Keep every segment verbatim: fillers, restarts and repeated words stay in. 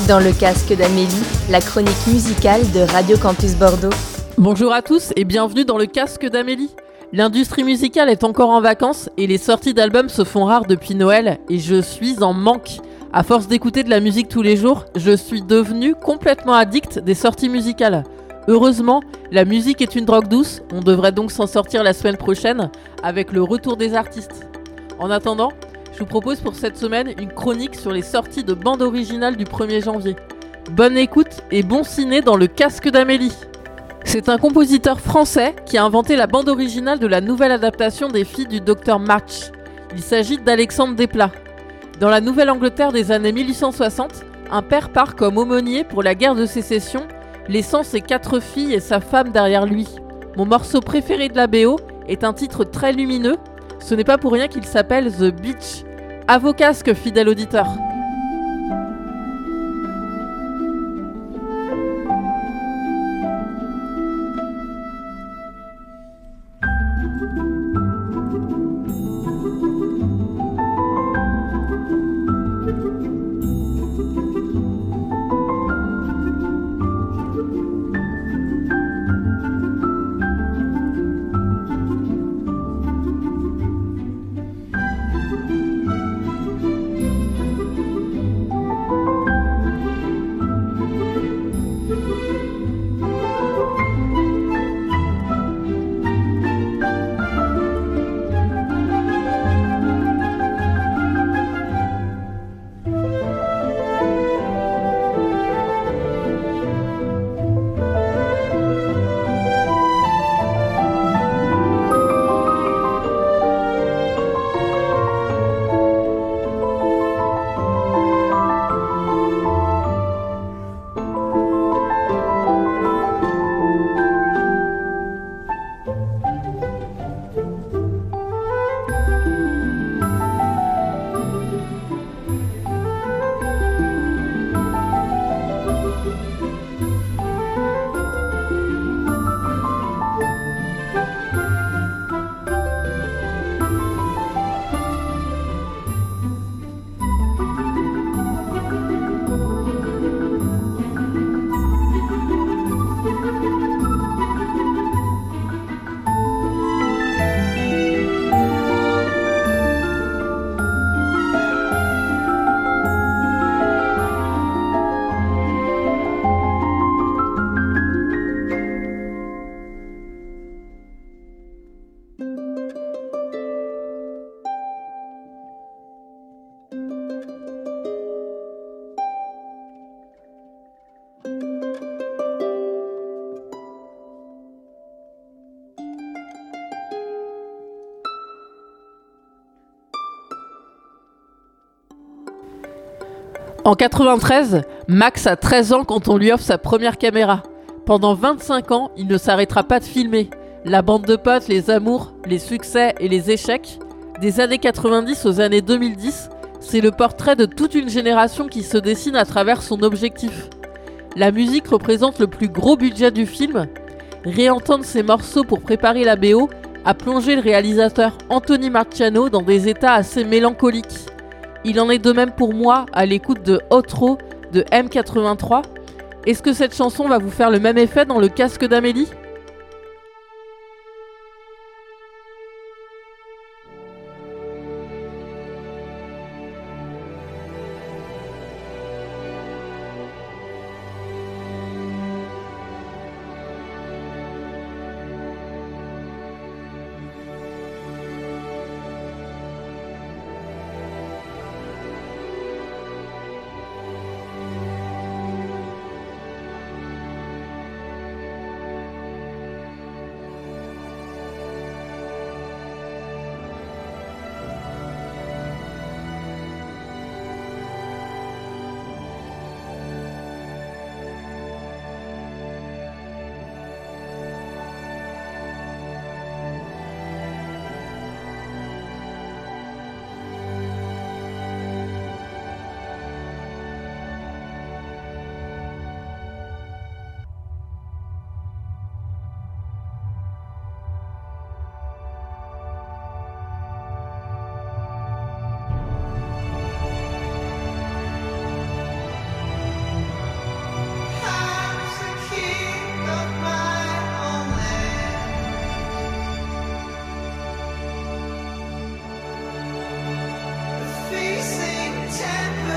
Dans le casque d'Amélie, la chronique musicale de Radio Campus Bordeaux. Bonjour à tous et bienvenue dans le casque d'Amélie. L'industrie musicale est encore en vacances et les sorties d'albums se font rares depuis Noël et je suis en manque. À force d'écouter de la musique tous les jours, je suis devenue complètement addict des sorties musicales. Heureusement, la musique est une drogue douce, on devrait donc s'en sortir la semaine prochaine avec le retour des artistes. En attendant, je vous propose pour cette semaine une chronique sur les sorties de bandes originales du premier janvier. Bonne écoute et bon ciné dans le casque d'Amélie. C'est un compositeur français qui a inventé la bande originale de la nouvelle adaptation des Filles du docteur March. Il s'agit d'Alexandre Desplat. Dans la Nouvelle-Angleterre des années mille huit cent soixante, un père part comme aumônier pour la guerre de sécession, laissant ses quatre filles et sa femme derrière lui. Mon morceau préféré de la B O est un titre très lumineux. Ce n'est pas pour rien qu'il s'appelle The Beach. À vos casques, fidèles auditeurs. En quatre-vingt-treize, Max a treize ans quand on lui offre sa première caméra. Pendant vingt-cinq ans, il ne s'arrêtera pas de filmer. La bande de potes, les amours, les succès et les échecs. Des années quatre-vingt-dix aux années deux mille dix, c'est le portrait de toute une génération qui se dessine à travers son objectif. La musique représente le plus gros budget du film. Réentendre ces morceaux pour préparer la B O a plongé le réalisateur Anthony Marciano dans des états assez mélancoliques. Il en est de même pour moi à l'écoute de Outro de M quatre-vingt-trois. Est-ce que cette chanson va vous faire le même effet dans le casque d'Amélie ?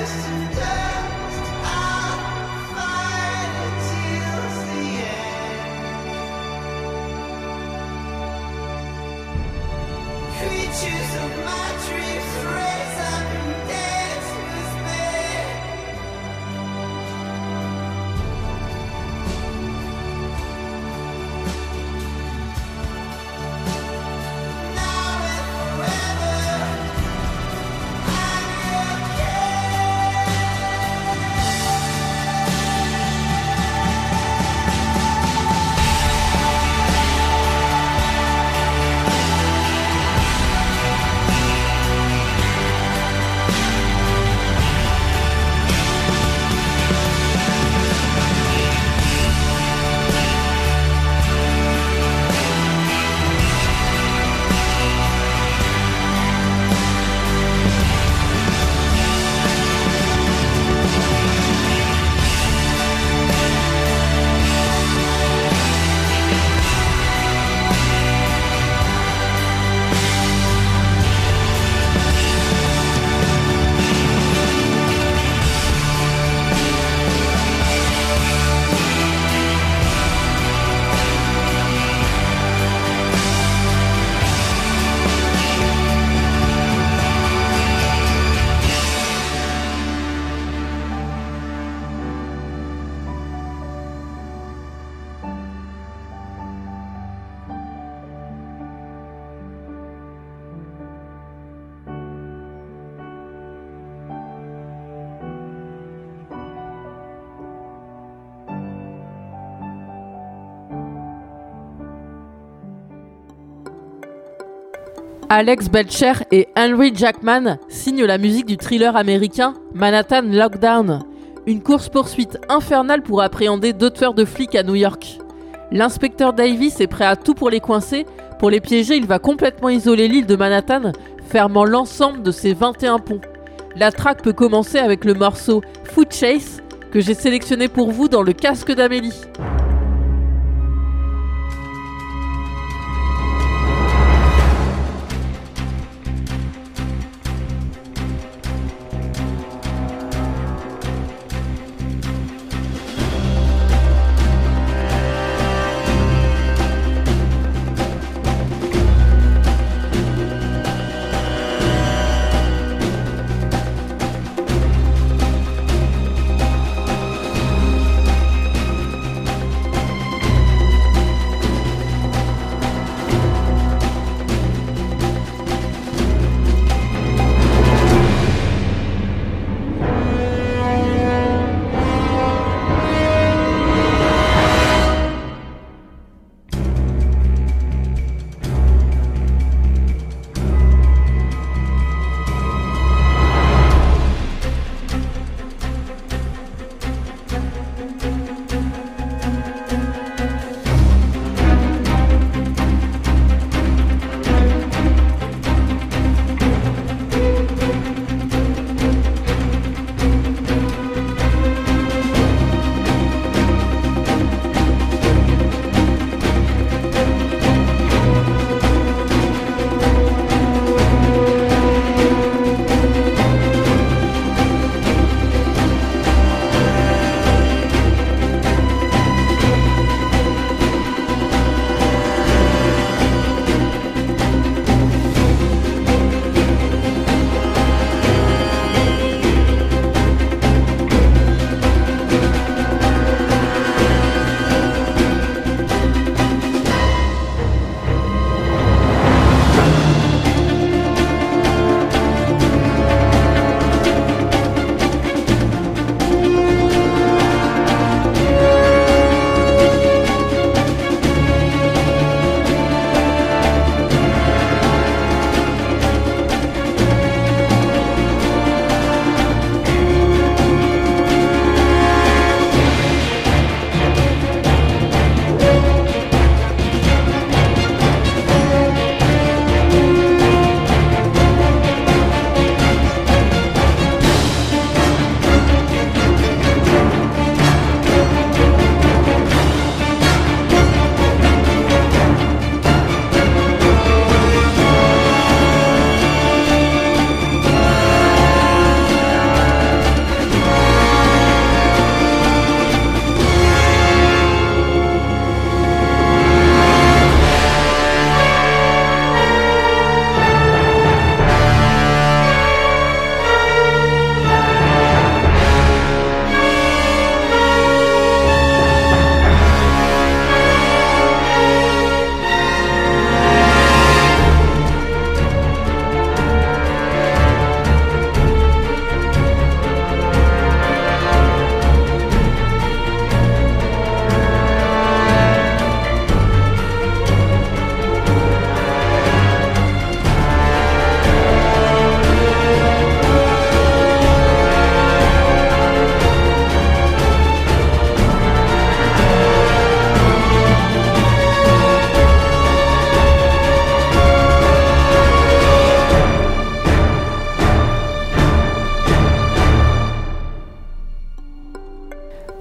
Alex Belcher et Henry Jackman signent la musique du thriller américain Manhattan Lockdown, une course-poursuite infernale pour appréhender deux tueurs de flics à New York. L'inspecteur Davis est prêt à tout pour les coincer. Pour les piéger, il va complètement isoler l'île de Manhattan, fermant l'ensemble de ses vingt et un ponts. La traque peut commencer avec le morceau Foot Chase que j'ai sélectionné pour vous dans le casque d'Amélie.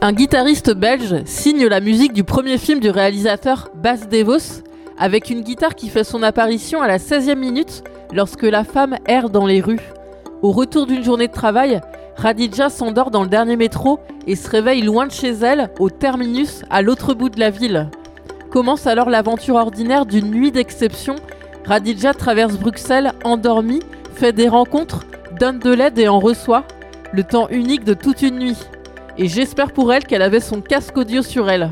Un guitariste belge signe la musique du premier film du réalisateur Bas Devos, avec une guitare qui fait son apparition à la seizième minute lorsque la femme erre dans les rues. Au retour d'une journée de travail, Khadija s'endort dans le dernier métro et se réveille loin de chez elle, au terminus, à l'autre bout de la ville. Commence alors l'aventure ordinaire d'une nuit d'exception. Khadija traverse Bruxelles endormie, fait des rencontres, donne de l'aide et en reçoit. Le temps unique de toute une nuit. Et j'espère pour elle qu'elle avait son casque audio sur elle.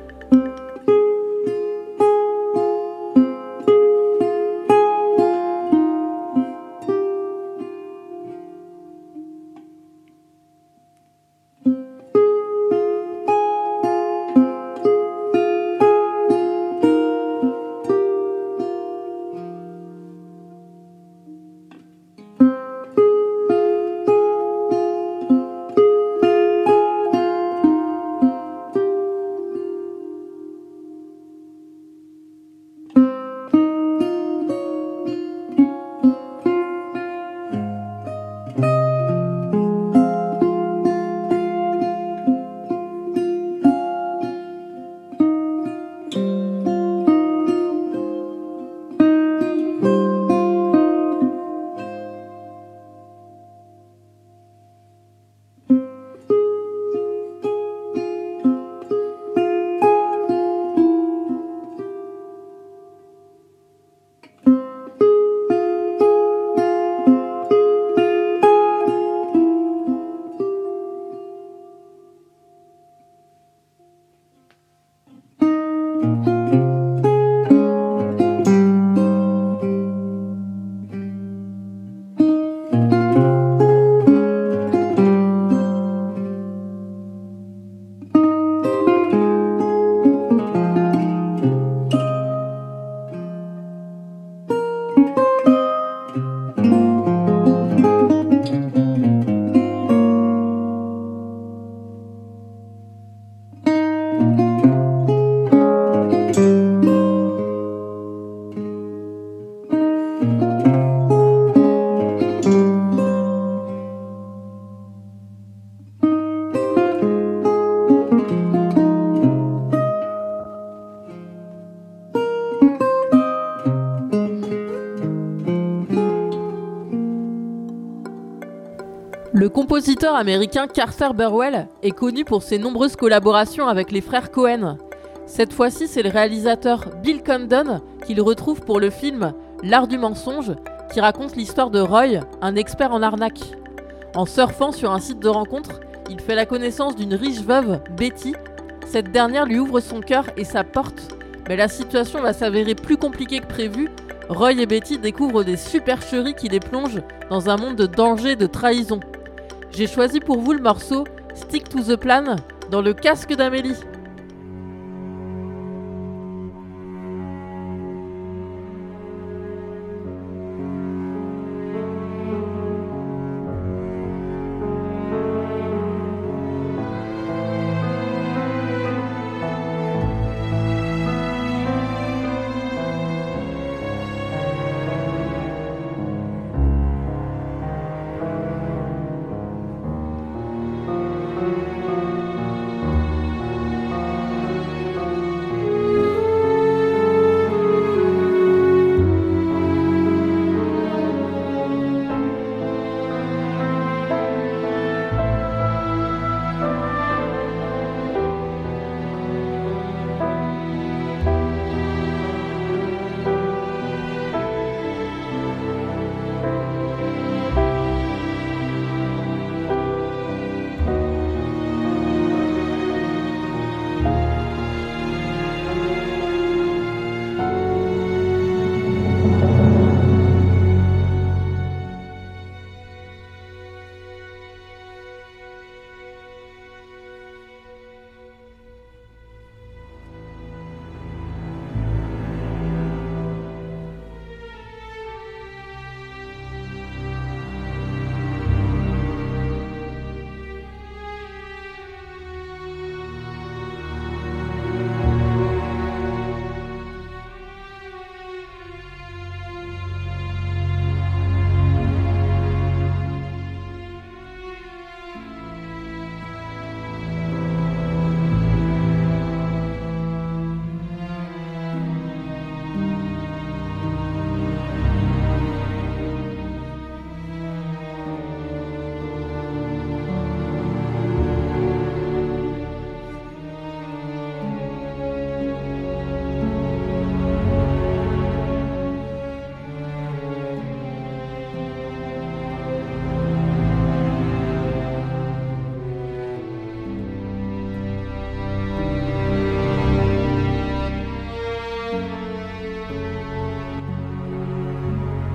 Le compositeur américain Carter Burwell est connu pour ses nombreuses collaborations avec les frères Cohen. Cette fois-ci, c'est le réalisateur Bill Condon qu'il retrouve pour le film L'art du mensonge, qui raconte l'histoire de Roy, un expert en arnaque. En surfant sur un site de rencontre, il fait la connaissance d'une riche veuve, Betty. Cette dernière lui ouvre son cœur et sa porte, mais la situation va s'avérer plus compliquée que prévu. Roy et Betty découvrent des supercheries qui les plongent dans un monde de danger et de trahison. J'ai choisi pour vous le morceau Stick to the Plan dans le casque d'Amélie.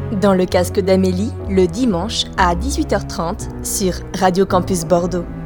Dans le casque d'Amélie, le dimanche à dix-huit heures trente sur Radio Campus Bordeaux.